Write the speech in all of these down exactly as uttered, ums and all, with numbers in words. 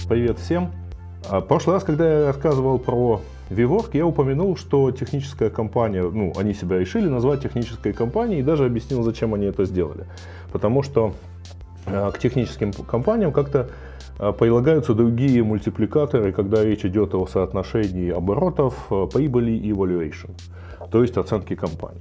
Привет всем! В прошлый раз, когда я рассказывал про WeWork, я упомянул, что техническая компания, ну, они себя решили назвать технической компанией, и даже объяснил, зачем они это сделали. Потому что к техническим компаниям как-то прилагаются другие мультипликаторы, когда речь идет о соотношении оборотов, прибыли и valuation, то есть оценки компании.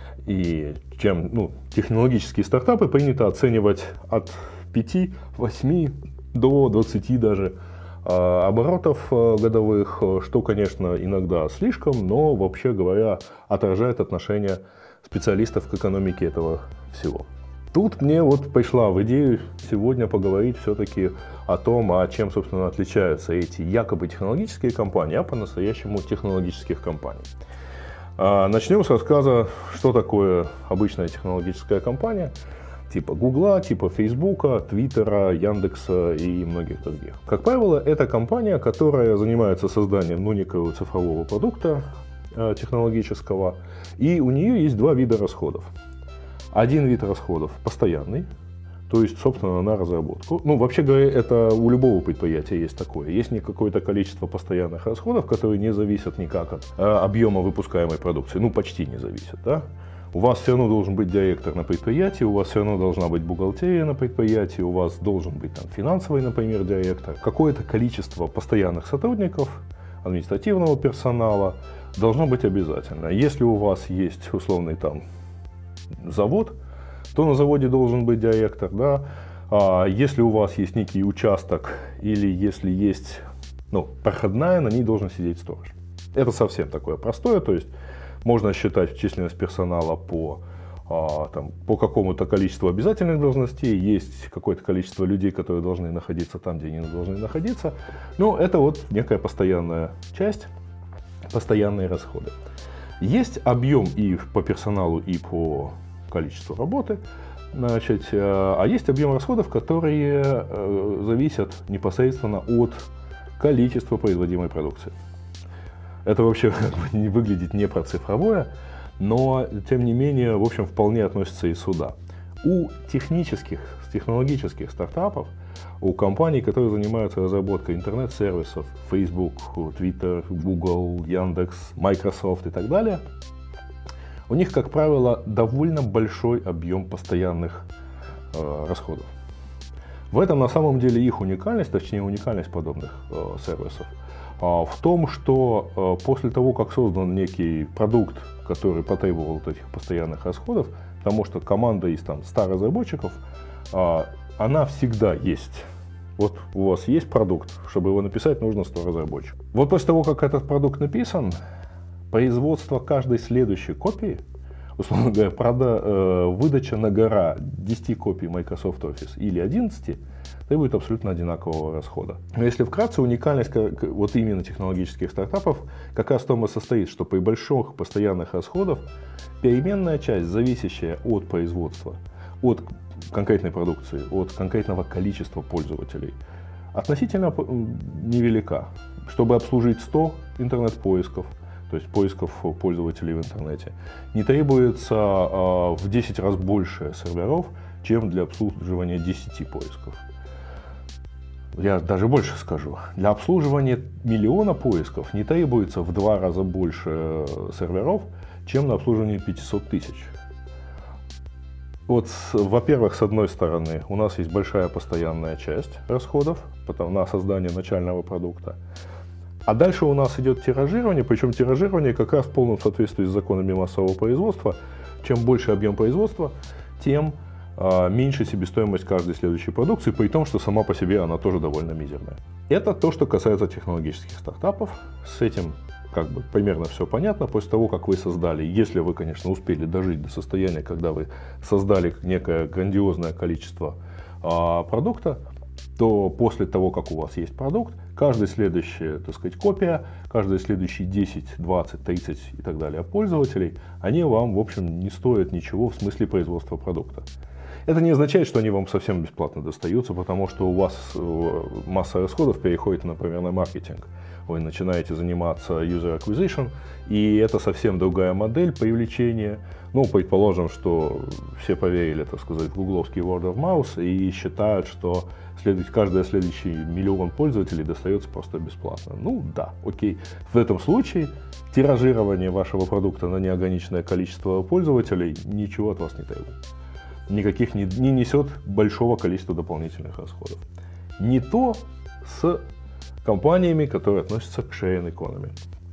И чем ну, технологические стартапы принято оценивать от пяти, восьми до двадцати даже оборотов годовых, что, конечно, иногда слишком, но, вообще говоря, отражает отношение специалистов к экономике этого всего. Тут мне вот пришла в идею сегодня поговорить все-таки о том, а чем, собственно, отличаются эти якобы технологические компании, а по-настоящему технологических компаний. Начнем с рассказа, что такое обычная технологическая компания, типа Гугла, типа Фейсбука, Твиттера, Яндекса и многих других. Как правило, это компания, которая занимается созданием ну, некого цифрового продукта э, технологического, и у нее есть два вида расходов. Один вид расходов постоянный, то есть, собственно, на разработку. Ну, вообще говоря, это у любого предприятия есть такое. Есть не какое-то количество постоянных расходов, которые не зависят никак от э, объема выпускаемой продукции. Ну, почти не зависят, да? У вас все равно должен быть директор на предприятии, у вас все равно должна быть бухгалтерия на предприятии, у вас должен быть там финансовый, например, директор. Какое-то количество постоянных сотрудников, административного персонала должно быть обязательно. Если у вас есть условный там завод, то на заводе должен быть директор, да. А если у вас есть некий участок или если есть ну, проходная, на ней должен сидеть сторож. Это совсем такое простое, то есть можно считать численность персонала по, а, там, по какому-то количеству обязательных должностей, есть какое-то количество людей, которые должны находиться там, где они должны находиться. Но это вот некая постоянная часть, постоянные расходы. Есть объем и по персоналу, и по количеству работы, значит, а есть объем расходов, которые э, зависят непосредственно от количества производимой продукции. Это вообще как бы не выглядит не про цифровое, но тем не менее, в общем, вполне относится и сюда. У технических, технологических стартапов, у компаний, которые занимаются разработкой интернет-сервисов, Facebook, Twitter, Google, Яндекс, Microsoft и так далее, у них, как правило, довольно большой объем постоянных э, расходов. В этом на самом деле их уникальность, точнее уникальность подобных э, сервисов, э, в том, что э, после того, как создан некий продукт, который потребовал вот этих постоянных расходов, потому что команда из там, ста разработчиков, э, она всегда есть. Вот у вас есть продукт, чтобы его написать, нужно сто разработчиков. Вот после того, как этот продукт написан, производство каждой следующей копии, условно говоря, прода, э, выдача на гора десяти копий Microsoft Office или одиннадцати требует абсолютно одинакового расхода. Но если вкратце, уникальность как, вот именно технологических стартапов как раз в том и состоит, что при больших постоянных расходах переменная часть, зависящая от производства, от конкретной продукции, от конкретного количества пользователей, относительно невелика. Чтобы обслужить сто интернет-поисков, то есть поисков пользователей в интернете, не требуется э, в десять раз больше серверов, чем для обслуживания десяти поисков. Я даже больше скажу. Для обслуживания миллиона поисков не требуется в два раза больше серверов, чем на обслуживание пятисот тысяч. Вот, во-первых, с одной стороны, у нас есть большая постоянная часть расходов на создание начального продукта. А дальше у нас идет тиражирование, причем тиражирование как раз в полном соответствии с законами массового производства. Чем больше объем производства, тем э, меньше себестоимость каждой следующей продукции, при том, что сама по себе она тоже довольно мизерная. Это то, что касается технологических стартапов. С этим как бы примерно все понятно. После того, как вы создали, если вы, конечно, успели дожить до состояния, когда вы создали некое грандиозное количество э, продукта, то после того, как у вас есть продукт, каждая следующая, так сказать, копия, каждые следующие десять, двадцать, тридцать и так далее пользователей, они вам, в общем, не стоят ничего в смысле производства продукта. Это не означает, что они вам совсем бесплатно достаются, потому что у вас масса расходов переходит, например, на маркетинг. Вы начинаете заниматься user acquisition, и это совсем другая модель привлечения. Ну, предположим, что все поверили, так сказать, в гугловский word of mouth и считают, что след... каждый следующий миллион пользователей достается просто бесплатно. Ну да, окей. В этом случае тиражирование вашего продукта на неограниченное количество пользователей ничего от вас не требует. Никаких не, не несет большого количества дополнительных расходов. Не то с компаниями, которые относятся к sharing economy.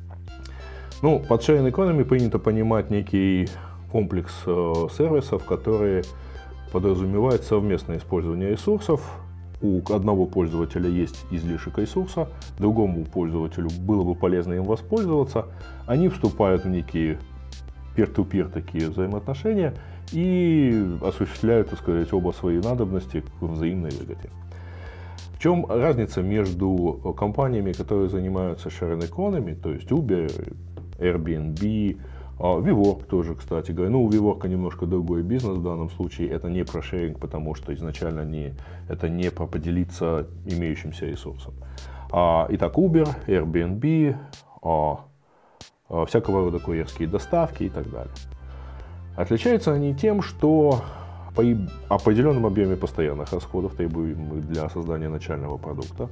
Ну, под sharing economy принято понимать некий комплекс э, сервисов, которые подразумевают совместное использование ресурсов. У одного пользователя есть излишек ресурса, другому пользователю было бы полезно им воспользоваться. Они вступают в некие peer-to-peer такие взаимоотношения и осуществляют, так сказать, оба свои надобности к взаимной выгоде. В чем разница между компаниями, которые занимаются sharing economy, то есть Uber, Airbnb, WeWork тоже, кстати говоря. Ну, у WeWork немножко другой бизнес в данном случае. Это не про шеринг, потому что изначально не, это не про поделиться имеющимся ресурсом. А, итак, Uber, Airbnb, а, а, всякого рода курьерские доставки и так далее. Отличаются они тем, что по определенном объеме постоянных расходов, требуемых для создания начального продукта,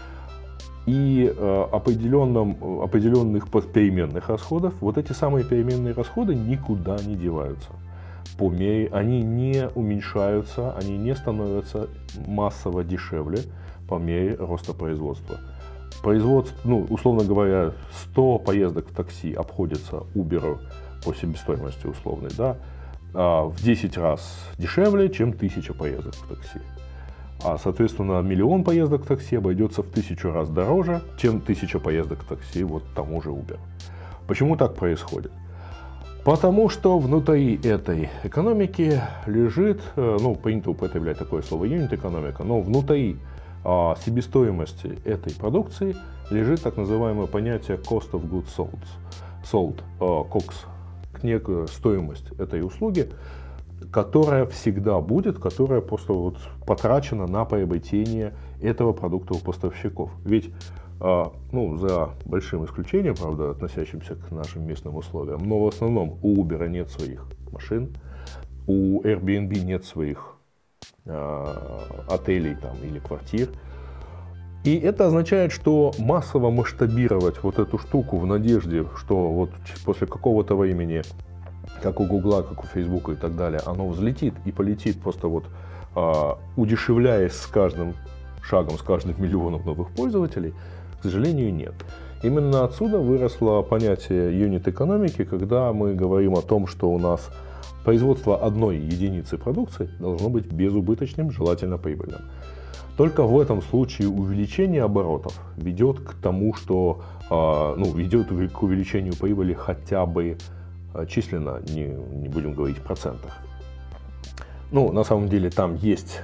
и э, определенном, определенных переменных расходов, вот эти самые переменные расходы никуда не деваются. По мере, они не уменьшаются, они не становятся массово дешевле по мере роста производства. Производство, ну, условно говоря, сто поездок в такси обходится Uber по себестоимости условной, да, в десять раз дешевле, чем тысяча поездок в такси. А, соответственно, миллион поездок в такси обойдется в тысячу раз дороже, чем тысяча поездок в такси вот тому же Uber. Почему так происходит? Потому что внутри этой экономики лежит, ну, принято употреблять такое слово юнит-экономика, но внутри а, себестоимости этой продукции лежит так называемое понятие cost of goods sold, sold а, кокс, некая стоимость этой услуги, которая всегда будет, которая просто вот потрачена на приобретение этого продукта у поставщиков. Ведь, ну, за большим исключением, правда, относящимся к нашим местным условиям, но в основном у Uber нет своих машин, у Airbnb нет своих а, отелей там, или квартир. И это означает, что массово масштабировать вот эту штуку в надежде, что вот после какого-то времени, как у Гугла, как у Фейсбука и так далее, оно взлетит и полетит, просто вот а, удешевляясь с каждым шагом, с каждым миллионом новых пользователей, к сожалению, нет. Именно отсюда выросло понятие юнит-экономики, когда мы говорим о том, что у нас производство одной единицы продукции должно быть безубыточным, желательно прибыльным. Только в этом случае увеличение оборотов ведет к тому, что а, ну, ведет к увеличению прибыли хотя бы численно, не, не будем говорить в процентах. Ну, на самом деле там есть,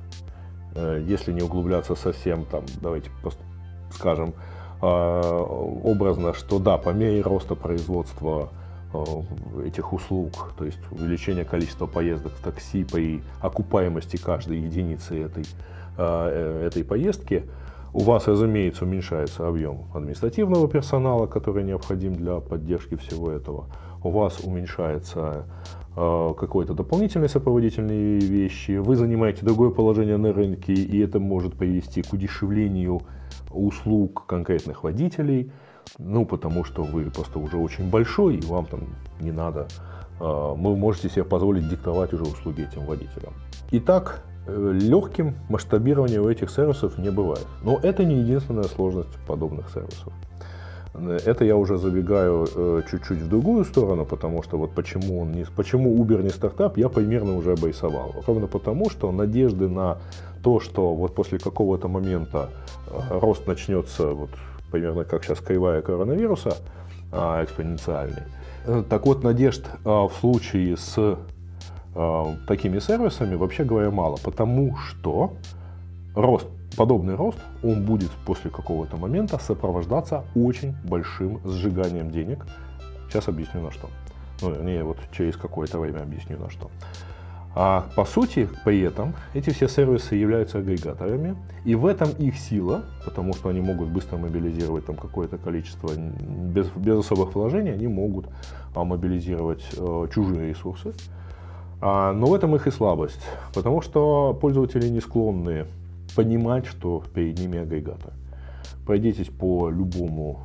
э, если не углубляться совсем, там, давайте просто скажем э, образно, что да, по мере роста производства э, этих услуг, то есть увеличение количества поездок в такси при окупаемости каждой единицы этой, э, этой поездки, у вас, разумеется, уменьшается объем административного персонала, который необходим для поддержки всего этого. У вас уменьшается э, какой-то дополнительные сопроводительные вещи, вы занимаете другое положение на рынке, и это может привести к удешевлению услуг конкретных водителей, ну, потому что вы просто уже очень большой, и вам там не надо, э, вы можете себе позволить диктовать уже услуги этим водителям. Итак, легким масштабирование у этих сервисов не бывает. Но это не единственная сложность подобных сервисов. Это я уже забегаю чуть-чуть в другую сторону, потому что вот почему, он не, почему Uber не стартап, я примерно уже обрисовал. Ровно потому, что надежды на то, что вот после какого-то момента рост начнется, вот примерно как сейчас кривая коронавируса, экспоненциальный. Так вот, надежд в случае с такими сервисами, вообще говоря, мало, потому что рост, подобный рост, он будет после какого-то момента сопровождаться очень большим сжиганием денег. Сейчас объясню на что. Ну, не, вот через какое-то время объясню на что. А по сути, при этом, эти все сервисы являются агрегаторами, и в этом их сила, потому что они могут быстро мобилизировать там какое-то количество, без, без особых вложений, они могут а, мобилизировать а, чужие ресурсы. А, но в этом их и слабость, потому что пользователи не склонны понимать, что перед ними агрегатор. Пройдитесь по любому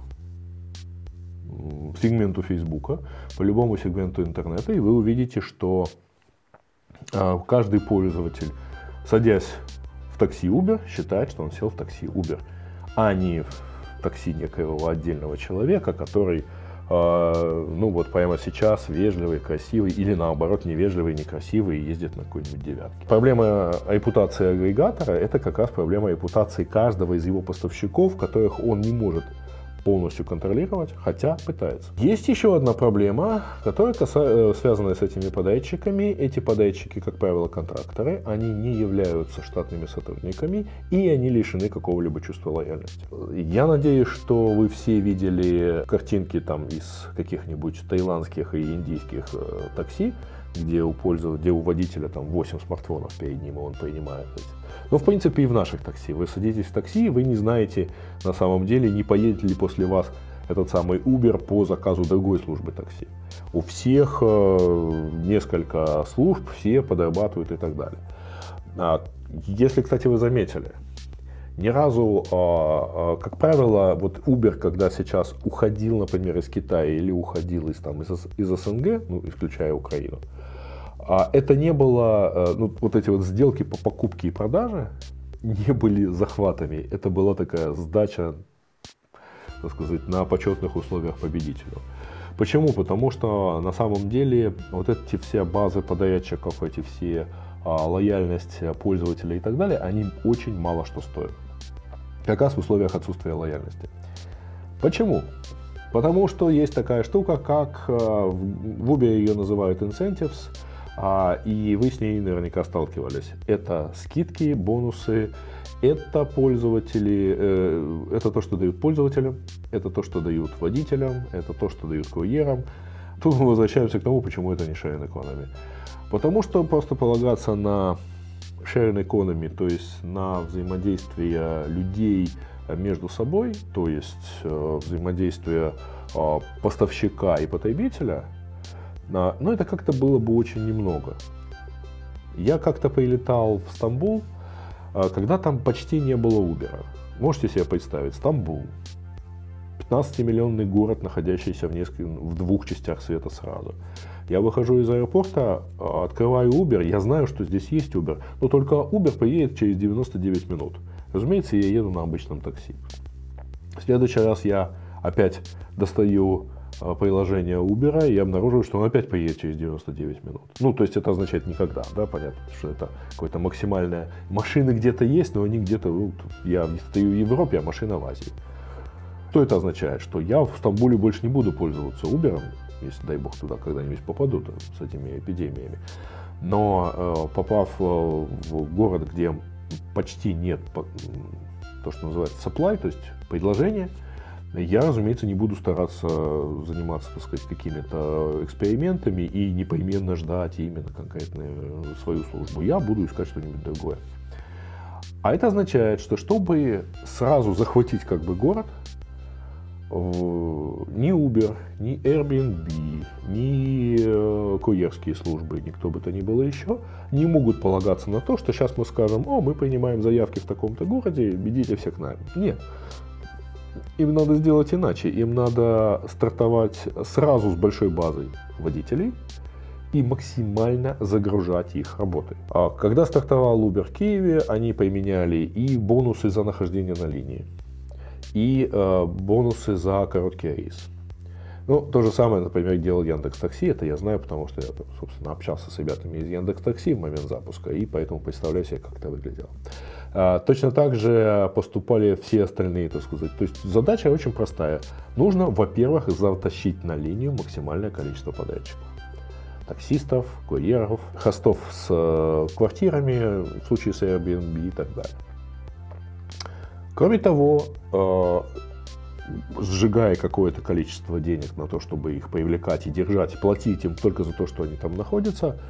сегменту Фейсбука, по любому сегменту интернета, и вы увидите, что каждый пользователь, садясь в такси Uber, считает, что он сел в такси Uber, а не в такси некоего отдельного человека, который, э, ну вот прямо сейчас вежливый, красивый, или наоборот невежливый, некрасивый и ездит на какой-нибудь девятке. Проблема репутации агрегатора – это как раз проблема репутации каждого из его поставщиков, которых он не может полностью контролировать, хотя пытается. Есть еще одна проблема, которая каса... связана с этими подрядчиками. Эти подрядчики, как правило, контракторы, они не являются штатными сотрудниками, и они лишены какого-либо чувства лояльности. Я надеюсь, что вы все видели картинки там из каких-нибудь таиландских и индийских э, такси, где у пользователя, где у водителя там восемь смартфонов перед ним, и он принимает эти. Но в принципе и в наших такси. Вы садитесь в такси, и вы не знаете на самом деле, не поедет ли после вас этот самый Uber по заказу другой службы такси. У всех э, несколько служб, все подрабатывают и так далее. А, если, кстати, вы заметили, ни разу, э, э, как правило, вот Uber, когда сейчас уходил, например, из Китая или уходил из, там, из, из СНГ, ну, исключая Украину, А это не было, ну, вот эти вот сделки по покупке и продаже не были захватами. Это была такая сдача, так сказать, на почетных условиях победителю. Почему? Потому что на самом деле вот эти все базы подрядчиков, эти все а, лояльность пользователей и так далее, они очень мало что стоят. Как раз в условиях отсутствия лояльности. Почему? Потому что есть такая штука, как в Uber ее называют incentives. И вы с ней наверняка сталкивались. Это скидки, бонусы, это пользователи, это то, что дают пользователям, это то, что дают водителям, это то, что дают курьерам. Тут мы возвращаемся к тому, почему это не sharing economy. Потому что просто полагаться на sharing economy, то есть на взаимодействие людей между собой, то есть взаимодействие поставщика и потребителя, но это как-то было бы очень немного. Я как-то прилетал в Стамбул, когда там почти не было Uber. Можете себе представить, Стамбул, пятнадцатимиллионный город, находящийся в, нескольких, в двух частях света сразу. Я выхожу из аэропорта, открываю Uber, я знаю, что здесь есть Uber, но только Uber приедет через девяносто девять минут. Разумеется, я еду на обычном такси. В следующий раз я опять достаю приложение Uber и обнаруживаю, что он опять приедет через девяносто девять минут. Ну, то есть это означает никогда, да, понятно, что это какое-то максимальное. Машины где-то есть, но они где-то, ну, я стою в Европе, а машина в Азии. Что это означает? Что я в Стамбуле больше не буду пользоваться Uber, если, дай бог, туда когда-нибудь попаду -то, с этими эпидемиями. Но э, попав э, в город, где почти нет то, что называется supply, то есть предложения, я, разумеется, не буду стараться заниматься, так сказать, какими-то экспериментами и непременно ждать именно конкретную свою службу. Я буду искать что-нибудь другое. А это означает, что чтобы сразу захватить как бы город, ни Uber, ни Airbnb, ни курьерские службы, никто бы то ни было еще, не могут полагаться на то, что сейчас мы скажем: о, мы принимаем заявки в таком-то городе, бегите все к нам. Нет. Им надо сделать иначе. Им надо стартовать сразу с большой базой водителей и максимально загружать их работой. А когда стартовал Uber в Киеве, они применяли и бонусы за нахождение на линии, и э, бонусы за короткий рейс. Ну, то же самое, например, делал Яндекс.Такси. Это я знаю, потому что я, собственно, общался с ребятами из Яндекс.Такси в момент запуска, и поэтому представляю себе, как это выглядело. А, точно так же поступали все остальные, так сказать. То есть задача очень простая. Нужно, во-первых, затащить на линию максимальное количество подрядчиков. Таксистов, курьеров, хостов с э, квартирами, в случае с Airbnb и так далее. Кроме того, э, сжигая какое-то количество денег на то, чтобы их привлекать и держать, и платить им только за то, что они там находятся,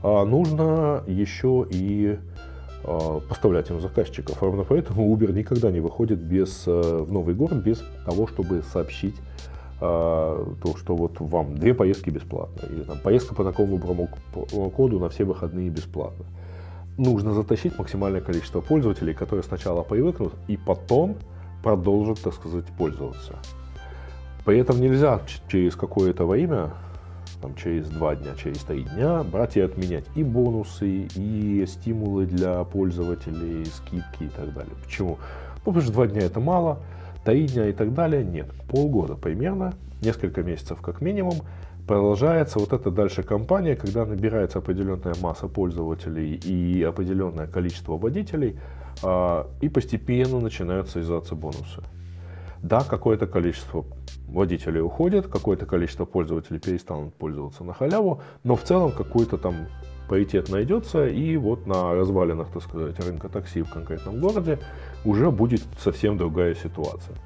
нужно еще и поставлять им заказчиков. Ровно поэтому Uber никогда не выходит без, в новый город без того, чтобы сообщить то, что вот вам две поездки бесплатно, или там, поездка по такому промокоду на все выходные бесплатно. Нужно затащить максимальное количество пользователей, которые сначала привыкнут и потом продолжат, так сказать, пользоваться. При этом нельзя через какое-то время, там, через два дня, через три дня брать и отменять и бонусы, и стимулы для пользователей, скидки и так далее. Почему? Ну, потому что два дня это мало, три дня и так далее нет. Полгода примерно, несколько месяцев как минимум, продолжается вот эта дальше кампания, когда набирается определенная масса пользователей и определенное количество водителей, и постепенно начинают срезаться бонусы. Да, какое-то количество водителей уходит, какое-то количество пользователей перестанут пользоваться на халяву, но в целом какой-то там паритет найдется, и вот на развалинах, так сказать, рынка такси в конкретном городе уже будет совсем другая ситуация.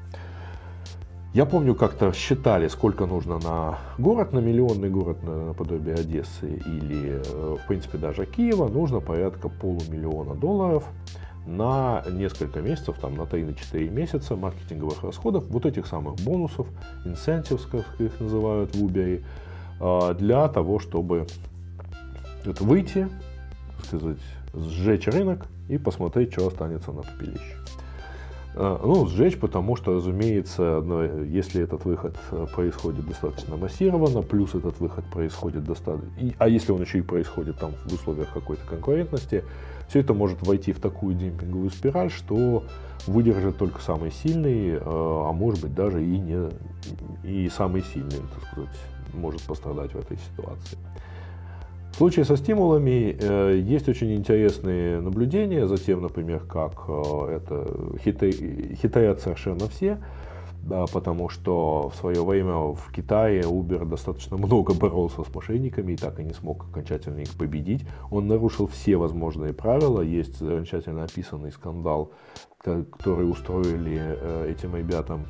Я помню, как-то считали, сколько нужно на город, на миллионный город наподобие Одессы или, в принципе, даже Киева, нужно порядка полумиллиона долларов на несколько месяцев, там на три-четыре месяца маркетинговых расходов, вот этих самых бонусов, incentives, как их называют в Uber, для того, чтобы вот выйти, так сказать, сжечь рынок и посмотреть, что останется на пепелище. Ну, сжечь, потому что, разумеется, если этот выход происходит достаточно массированно, плюс этот выход происходит достаточно, а если он еще и происходит там в условиях какой-то конкурентности, все это может войти в такую демпинговую спираль, что выдержит только самый сильный, а может быть даже и не и самый сильный, так сказать, может пострадать в этой ситуации. В случае со стимулами э, есть очень интересные наблюдения за тем, например, как э, это хитрят совершенно все, да, потому что в свое время в Китае Uber достаточно много боролся с мошенниками и так и не смог окончательно их победить. Он нарушил все возможные правила. Есть замечательно описанный скандал, который устроили э, этим ребятам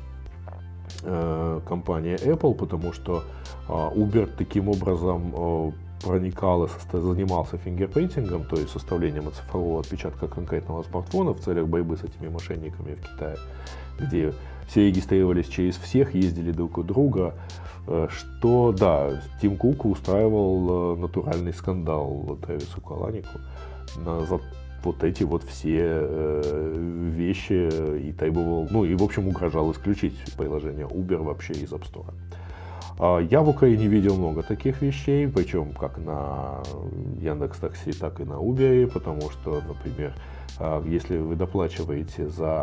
э, компания Apple, потому что э, Uber таким образом э, проникал и занимался фингерпринтингом, то есть составлением цифрового отпечатка конкретного смартфона в целях борьбы с этими мошенниками в Китае, где все регистрировались через всех, ездили друг у друга, что, да, Тим Кук устраивал натуральный скандал Трэвису Каланику за вот эти вот все вещи и требовал, ну и в общем угрожал исключить приложение Uber вообще из App Store. Я в Украине видел много таких вещей, причем как на Яндекс.Такси, так и на Uber, потому что, например, если вы доплачиваете за...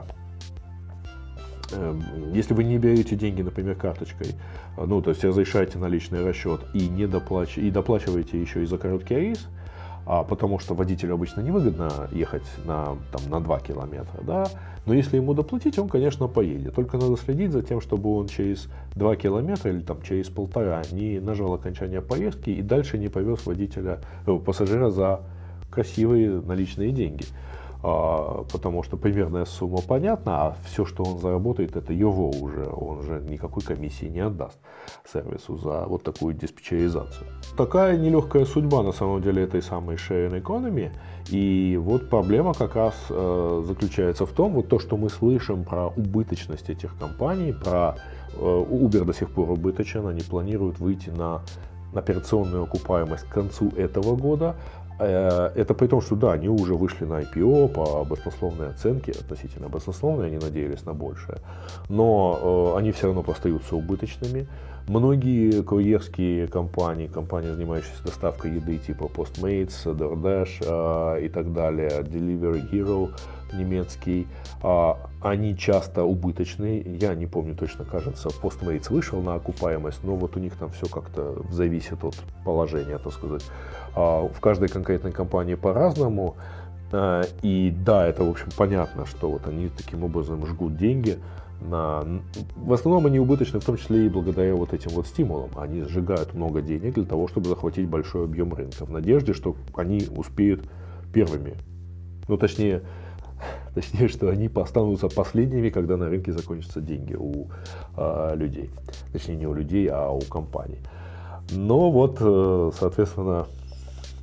Если вы не берете деньги, например, карточкой, ну, то есть разрешаете наличный расчет и, не доплач... и доплачиваете еще и за короткий рейс, а потому что водителю обычно невыгодно ехать на, там, на два километра, да, но если ему доплатить, он, конечно, поедет. Только надо следить за тем, чтобы он через два километра или там, через полтора не нажал окончание поездки и дальше не повез водителя, э, пассажира за красивые наличные деньги. А, потому что примерная сумма понятна, а все, что он заработает, это его уже, он же никакой комиссии не отдаст сервису за вот такую диспетчеризацию. Такая нелегкая судьба на самом деле этой самой sharing economy, и вот проблема как раз э, заключается в том, вот то, что мы слышим про убыточность этих компаний, про э, Uber до сих пор убыточен, они планируют выйти на операционную окупаемость к концу этого года. Это при том, что да, они уже вышли на ай пи о по баснословной оценке, относительно баснословной, они надеялись на большее, но э, они все равно остаются убыточными. Многие курьерские компании, компании, занимающиеся доставкой еды типа Postmates, DoorDash э, и так далее, Delivery Hero немецкий, э, они часто убыточные. Я не помню точно, кажется, Postmates вышел на окупаемость, но вот у них там все как-то зависит от положения, так сказать. Э, в каждой конкретной компании по-разному. Э, и да, это, в общем, понятно, что вот они таким образом жгут деньги. На... В основном они убыточны, в том числе и благодаря вот этим вот стимулам. Они сжигают много денег для того, чтобы захватить большой объем рынка, в надежде, что они успеют первыми. Ну, точнее, точнее, что они останутся последними, когда на рынке закончатся деньги у э, людей. Точнее, не у людей, а у компаний. Но вот, э, соответственно,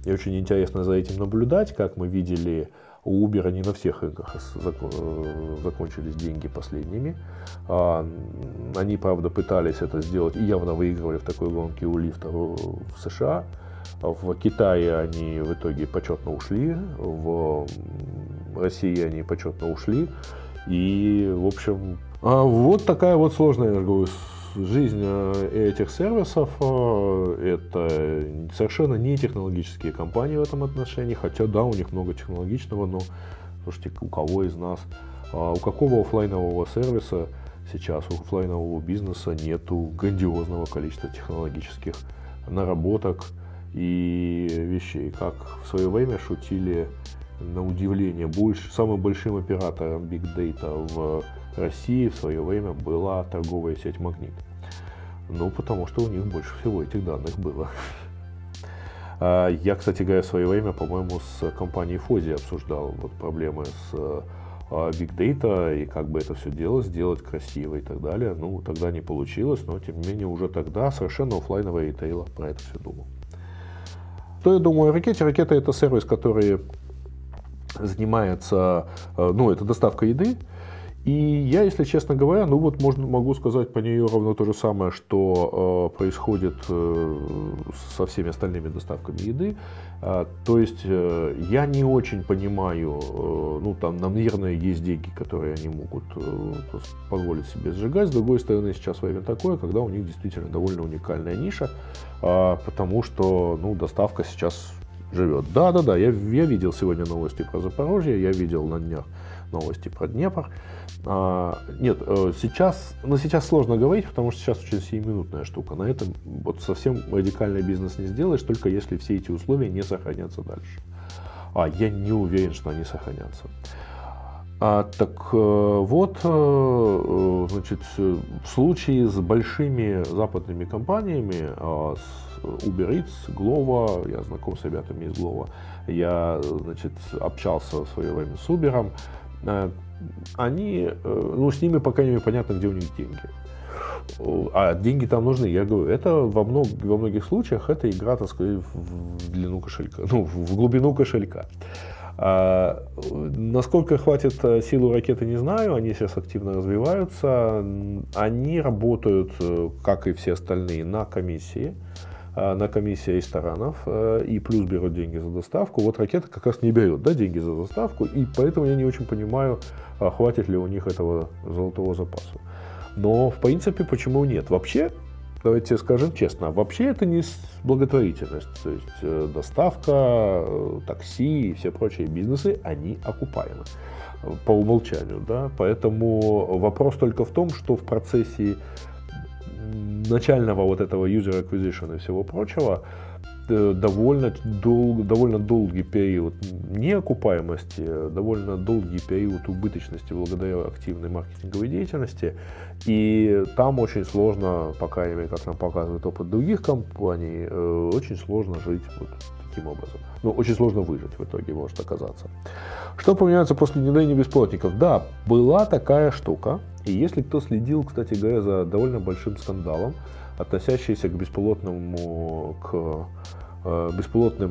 И очень интересно за этим наблюдать, как мы видели, у Uber не на всех рынках закончились деньги последними. Они, правда, пытались это сделать и явно выигрывали в такой гонке у лифта в США. В Китае они в итоге почетно ушли, в России они почетно ушли. И, в общем, вот такая вот сложная, я говорю, жизнь этих сервисов. Это совершенно не технологические компании в этом отношении, хотя да, у них много технологичного, но слушайте, у кого из нас, у какого офлайнового сервиса сейчас, у офлайнового бизнеса нету грандиозного количества технологических наработок и вещей, как в свое время шутили, на удивление, больше, самым большим оператором Big Data в России в свое время была торговая сеть Магнит. Ну, потому что у них больше всего этих данных было. Я, кстати говоря, в свое время, по-моему, с компанией Фози обсуждал вот проблемы с Big Data и как бы это все делать, сделать красиво и так далее. Ну, тогда не получилось, но тем не менее уже тогда совершенно офлайновый ритейл про это все думал. Что я думаю о Ракете? Ракета — это сервис, который занимается, ну, это доставка еды. И я, если честно говоря, ну вот можно, могу сказать по нее ровно то же самое, что э, происходит э, со всеми остальными доставками еды. Э, то есть э, я не очень понимаю, э, ну там, наверное, есть деньги, которые они могут э, позволить себе сжигать. С другой стороны, сейчас время такое, когда у них действительно довольно уникальная ниша, э, потому что, ну, доставка сейчас живет. Да-да-да, я, я видел сегодня новости про Запорожье, я видел на днях новости про Днепр. А, нет, сейчас, ну, сейчас сложно говорить, потому что сейчас очень сиюминутная штука. На этом вот совсем радикальный бизнес не сделаешь, только если все эти условия не сохранятся дальше. А я не уверен, что они сохранятся. А, так вот, значит, в случае с большими западными компаниями, с Uber Eats, Glovo, я знаком с ребятами из Glovo, я, значит, общался в свое время с Uber, они, ну, с ними, по крайней мере, понятно, где у них деньги. А деньги там нужны. Я говорю, это во, мног, во многих случаях это игра, так сказать, в длину кошелька, ну, в глубину кошелька. А, насколько хватит силу Ракеты, не знаю. Они сейчас активно развиваются. Они работают, как и все остальные, на комиссии. На комиссии ресторанов, и плюс берут деньги за доставку. Вот Ракета как раз не берет, да, деньги за доставку, и поэтому я не очень понимаю, хватит ли у них этого золотого запаса. Но, в принципе, почему нет? Вообще, давайте скажем честно, вообще это не благотворительность. То есть доставка, такси и все прочие бизнесы, они окупаемы по умолчанию, да. Поэтому вопрос только в том, что в процессе начального вот этого user acquisition и всего прочего довольно, дол, довольно долгий период неокупаемости, довольно долгий период убыточности благодаря активной маркетинговой деятельности. И там очень сложно, по крайней мере, как нам показывает опыт других компаний, очень сложно жить вот таким образом. Ну, очень сложно выжить в итоге может оказаться. Что поменяется после внедрения беспилотников? Да, была такая штука. И если кто следил, кстати говоря, за довольно большим скандалом, относящийся к беспилотному, к э, беспилотным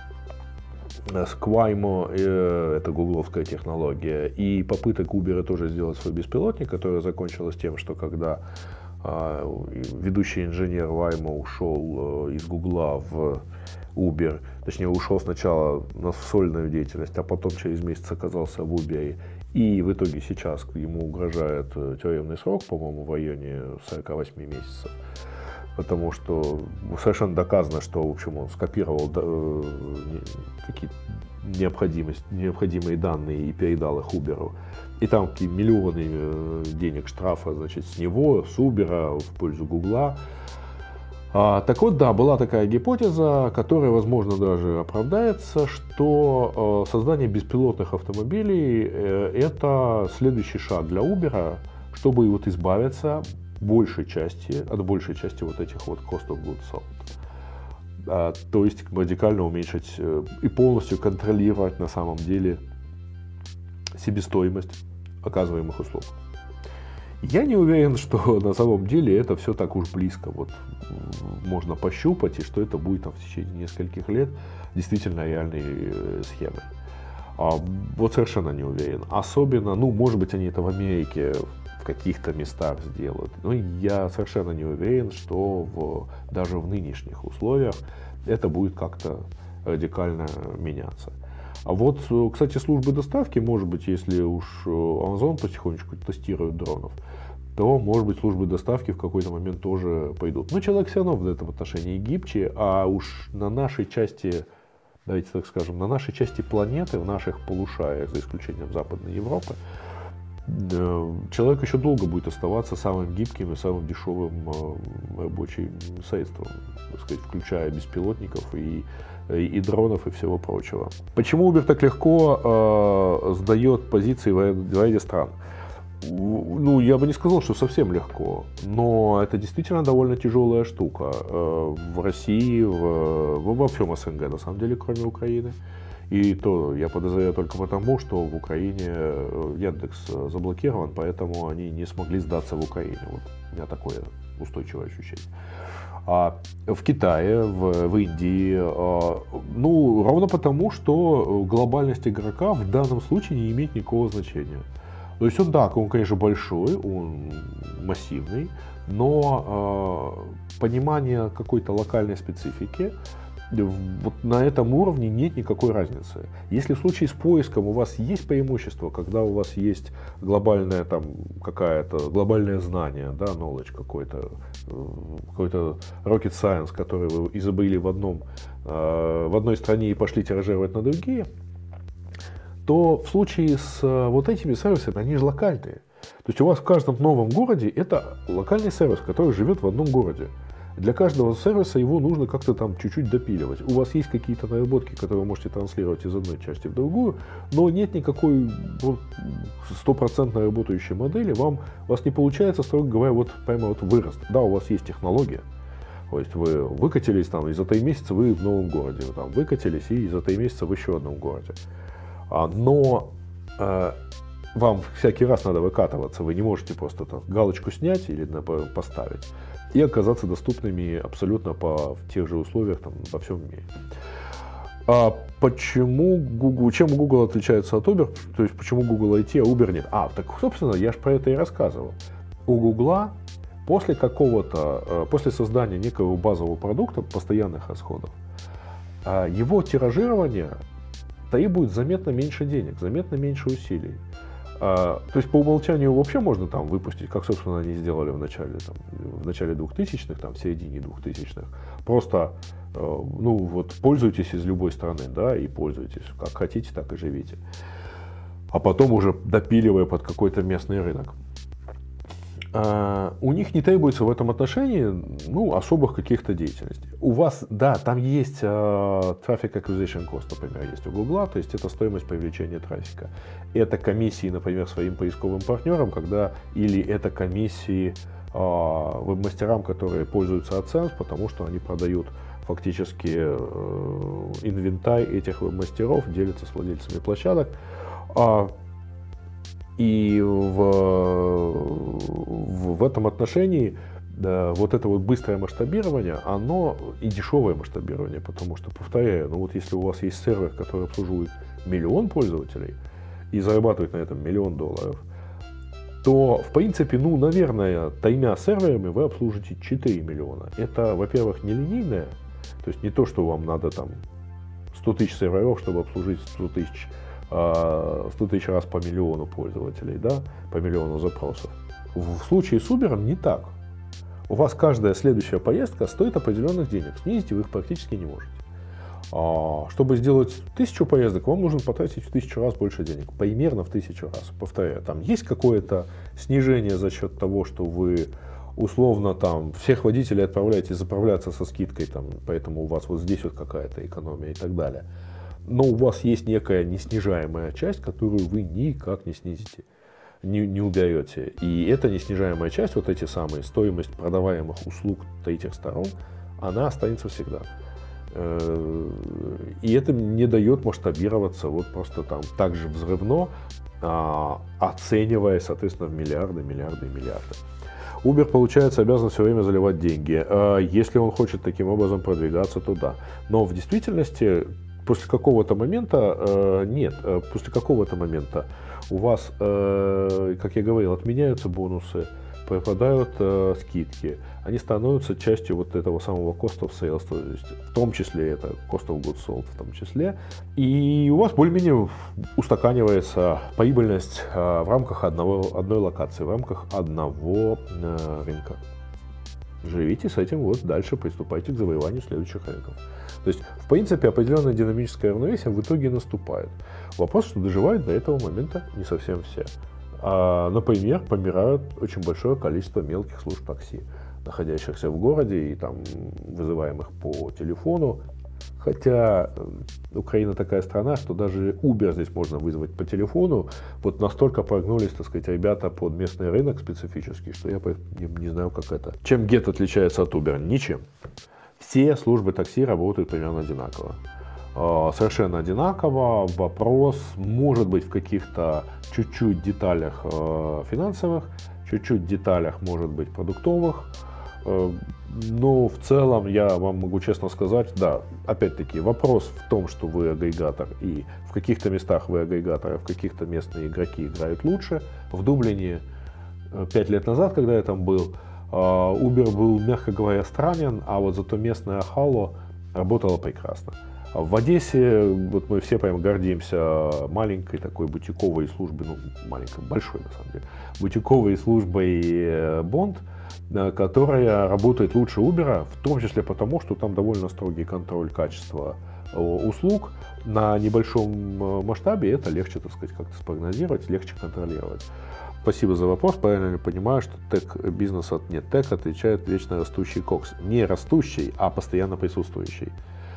к Waymo, э, это гугловская технология, и попыток Uber тоже сделать свой беспилотник, которая закончилась тем, что когда э, ведущий инженер Waymo ушел э, из Гугла в Uber, точнее ушел сначала на сольную деятельность, а потом через месяц оказался в Uber. И в итоге сейчас ему угрожает тюремный срок, по-моему, в районе сорока восьми месяцев. Потому что совершенно доказано, что, в общем, он скопировал какие-то необходимые данные и передал их Uber. И там какие миллионы денег штрафа, значит, с него, с Uber в пользу Гугла. А, так вот, да, была такая гипотеза, которая, возможно, даже оправдается, что э, создание беспилотных автомобилей э, это следующий шаг для Uber, чтобы вот избавиться большей части, от большей части вот этих вот cost of goods sold. А, то есть радикально уменьшить э, и полностью контролировать на самом деле себестоимость оказываемых услуг. Я не уверен, что на самом деле это все так уж близко. Вот можно пощупать, и что это будет там, в течение нескольких лет действительно реальной схемой. А, вот совершенно не уверен. Особенно, ну, может быть, они это в Америке в каких-то местах сделают. Но я совершенно не уверен, что в, даже в нынешних условиях это будет как-то радикально меняться. А вот, кстати, службы доставки, может быть, если уж Amazon потихонечку тестирует дронов, то, может быть, службы доставки в какой-то момент тоже пойдут. Но человек все равно в этом отношении гибче, а уж на нашей части, давайте так скажем, на нашей части планеты, в наших полушариях, за исключением Западной Европы, человек еще долго будет оставаться самым гибким и самым дешевым рабочим средством, так сказать, включая беспилотников и, и, и дронов и всего прочего. Почему Uber так легко э, сдает позиции в ряде стран? Ну, я бы не сказал, что совсем легко, но это действительно довольно тяжелая штука. В России, в, во всем СНГ, на самом деле, кроме Украины. И то я подозреваю только потому, что в Украине Яндекс заблокирован, поэтому они не смогли сдаться в Украине. Вот у меня такое устойчивое ощущение. А в Китае, в, в Индии, а, ну, ровно потому, что глобальность игрока в данном случае не имеет никакого значения. То есть он, да, он, конечно, большой, он массивный, но э, понимание какой-то локальной специфики, вот на этом уровне нет никакой разницы. Если в случае с поиском у вас есть преимущество, когда у вас есть глобальное там какая-то глобальное знание, да, knowledge какой-то, какой-то rocket science, который вы изобрели в одном, э, в одной стране и пошли тиражировать на другие, то в случае с вот этими сервисами, они же локальные. То есть у вас в каждом новом городе это локальный сервис, который живет в одном городе. Для каждого сервиса его нужно как-то там чуть-чуть допиливать. У вас есть какие-то наработки, которые вы можете транслировать из одной части в другую, но нет никакой стопроцентно работающей модели. Вам, у вас не получается, строго говоря, вот прямо вот вырост. Да, у вас есть технология. То есть вы выкатились там, и за три месяца вы в новом городе. Вы там выкатились, и за три месяца в еще одном городе. Но э, вам всякий раз надо выкатываться, вы не можете просто там галочку снять или поставить и оказаться доступными абсолютно по, в тех же условиях там, во всем мире. А почему Google, чем Google отличается от Uber, то есть почему Google ай ти, а Uber нет? А, так, собственно, я же про это и рассказывал. У Google после какого-то, после создания некого базового продукта, постоянных расходов, его тиражирование требует заметно меньше денег, заметно меньше усилий. А, то есть по умолчанию вообще можно там выпустить, как, собственно, они сделали в начале, там, в начале двухтысячных, там, в середине двухтысячных. Просто, э, ну вот, пользуйтесь из любой страны, да, и пользуйтесь, как хотите, так и живите. А потом уже допиливая под какой-то местный рынок. Uh, у них не требуется в этом отношении ну, особых каких-то деятельностей. У вас, да, там есть uh, Traffic Acquisition Cost, например, есть у Google, то есть это стоимость привлечения трафика. Это комиссии, например, своим поисковым партнерам, когда, или это комиссии uh, веб-мастерам, которые пользуются AdSense, потому что они продают фактически uh, инвентарь этих веб-мастеров, делятся с владельцами площадок. Uh, И в, в, в этом отношении да, вот это вот быстрое масштабирование, оно и дешевое масштабирование, потому что, повторяю, ну вот если у вас есть сервер, который обслуживает миллион пользователей и зарабатывает на этом миллион долларов, то, в принципе, ну, наверное, тремя серверами вы обслужите четыре миллиона. Это, во-первых, нелинейное, то есть не то, что вам надо там сто тысяч серверов, чтобы обслужить сто тысяч сто тысяч раз по миллиону пользователей, да, по миллиону запросов. В случае с Uber не так. У вас каждая следующая поездка стоит определенных денег. Снизить вы их практически не можете. А, чтобы сделать тысячу поездок, вам нужно потратить в тысячу раз больше денег. Примерно в тысячу раз. Повторяю, там есть какое-то снижение за счет того, что вы условно там всех водителей отправляете заправляться со скидкой, там, поэтому у вас вот здесь вот какая-то экономия и так далее. Но у вас есть некая неснижаемая часть, которую вы никак не снизите, не, не уберете. И эта неснижаемая часть, вот эти самые стоимость продаваемых услуг третьих сторон, она останется всегда. И это не дает масштабироваться вот просто там так же взрывно, оценивая, соответственно, в миллиарды, миллиарды и миллиарды. Uber, получается, обязан все время заливать деньги. Если он хочет таким образом продвигаться, то да. Но в действительности после какого-то момента нет. После какого-то момента у вас, как я говорил, отменяются бонусы, пропадают э, скидки, они становятся частью вот этого самого cost of sales, то есть в том числе это cost of goods sold в том числе, и у вас более-менее устаканивается прибыльность э, в рамках одного, одной локации, в рамках одного э, рынка. Живите с этим, вот дальше приступайте к завоеванию следующих рынков. То есть, в принципе, определенное динамическое равновесие в итоге наступает. Вопрос, что доживают до этого момента не совсем все. Например, помирают очень большое количество мелких служб такси, находящихся в городе и там вызываемых по телефону. Хотя Украина такая страна, что даже Uber здесь можно вызвать по телефону. Вот настолько прогнулись, так сказать, ребята под местный рынок специфический, что я не, не знаю, как это. Чем Get отличается от Uber? Ничем. Все службы такси работают примерно одинаково. Совершенно одинаково. Вопрос может быть в каких-то чуть-чуть деталях э, финансовых, чуть-чуть деталях может быть продуктовых. Э, но в целом я вам могу честно сказать, да, опять-таки вопрос в том, что вы агрегатор, и в каких-то местах вы агрегатор, а в каких-то местные игроки играют лучше. В Дублине пять лет назад, когда я там был, э, Uber был, мягко говоря, странен, а вот зато местная Halo работала прекрасно. В Одессе вот мы все прям гордимся маленькой такой бутиковой службой, ну маленькой, большой на самом деле, бутиковой службой Bond, которая работает лучше Uber, в том числе потому, что там довольно строгий контроль качества услуг. На небольшом масштабе это легче, так сказать, как-то спрогнозировать, легче контролировать. Спасибо за вопрос. Правильно ли понимаю, что тег-бизнес от нет тег отвечает вечно растущий кокс? Не растущий, а постоянно присутствующий.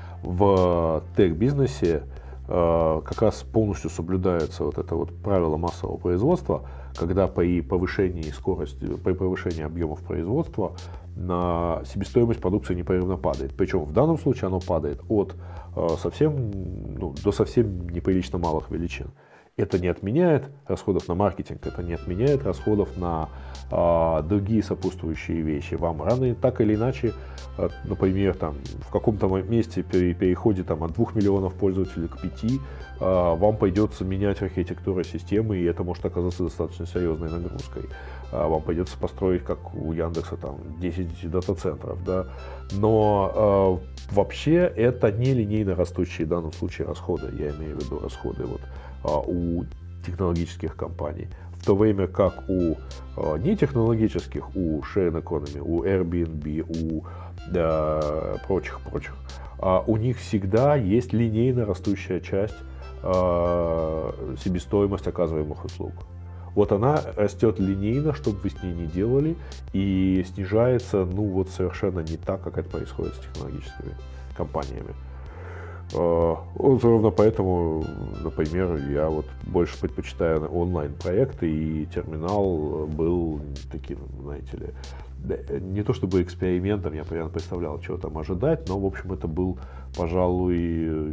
В тег-бизнесе э, как раз полностью соблюдается вот это вот правило массового производства, когда при повышении скорости, при повышении объемов производства на себестоимость продукции непрерывно падает. Причем в данном случае оно падает от э, совсем, ну, до совсем неприлично малых величин. Это не отменяет расходов на маркетинг, это не отменяет расходов на а, другие сопутствующие вещи. Вам рано и так или иначе, а, например, там, в каком-то месте при переходе там, от двух миллионов пользователей к пяти, а, вам придется менять архитектуру системы, и это может оказаться достаточно серьезной нагрузкой. А, вам придется построить, как у Яндекса, там, десять дата-центров. Да? Но а, вообще это не линейно растущие в данном случае расходы, я имею в виду расходы вот, у технологических компаний, в то время как у э, нетехнологических, у Sharing Economy, у Airbnb, у э, прочих, прочих, э, у них всегда есть линейно растущая часть э, себестоимости оказываемых услуг. Вот она растет линейно, что бы вы с ней ни делали, и снижается, ну вот совершенно не так, как это происходит с технологическими компаниями. Вот ровно поэтому, например, я вот больше предпочитаю онлайн-проекты, и терминал был таким, знаете ли, не то чтобы экспериментом, я примерно представлял, чего там ожидать, но, в общем, это был, пожалуй,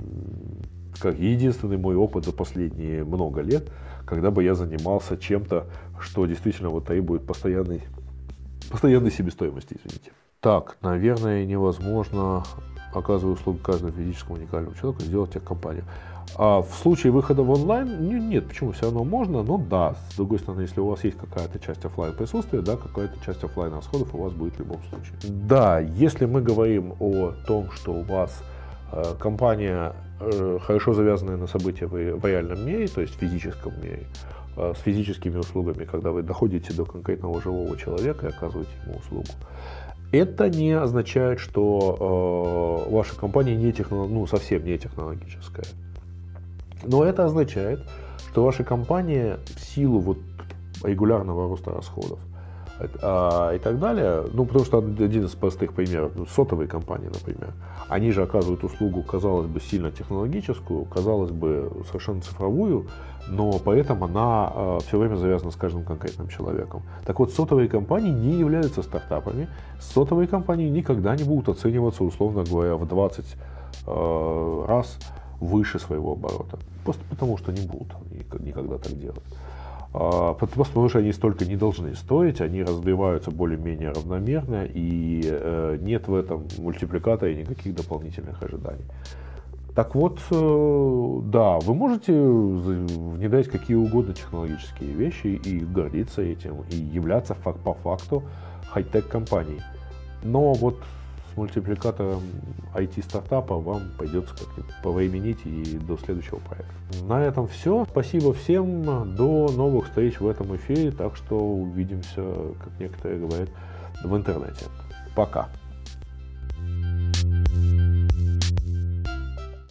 как единственный мой опыт за последние много лет, когда бы я занимался чем-то, что действительно вот требует постоянной, постоянной себестоимости, извините. Так, наверное, невозможно, оказывая услугу каждому физическому уникальному человеку, сделать техкомпанию. А в случае выхода в онлайн, нет, почему, все равно можно, но да, с другой стороны, если у вас есть какая-то часть офлайн присутствия, да, какая-то часть офлайн расходов у вас будет в любом случае. Да, если мы говорим о том, что у вас э, компания э, хорошо завязанная на события в, в реальном мире, то есть в физическом мире, э, с физическими услугами, когда вы доходите до конкретного живого человека и оказываете ему услугу, это не означает, что э, ваша компания не техно, ну, совсем не технологическая. Но это означает, что ваша компания в силу вот регулярного роста расходов и так далее. Ну, потому что один из простых примеров, ну, сотовые компании, например, они же оказывают услугу, казалось бы, сильно технологическую, казалось бы, совершенно цифровую, но при этом она э, все время завязана с каждым конкретным человеком. Так вот, сотовые компании не являются стартапами. Сотовые компании никогда не будут оцениваться, условно говоря, в двадцать э, раз выше своего оборота. Просто потому, что не будут никогда так делать. Просто потому что они столько не должны стоить, они разбиваются более-менее равномерно, и э, нет в этом мультипликатора никаких дополнительных ожиданий. Так вот, э, да, вы можете внедрять какие угодно технологические вещи и гордиться этим, и являться по факту хай-тек компанией. Но вот с мультипликатором ай ти-стартапа вам придется как-нибудь повременить и до следующего проекта. На этом все. Спасибо всем. До новых встреч в этом эфире. Так что увидимся, как некоторые говорят, в интернете. Пока.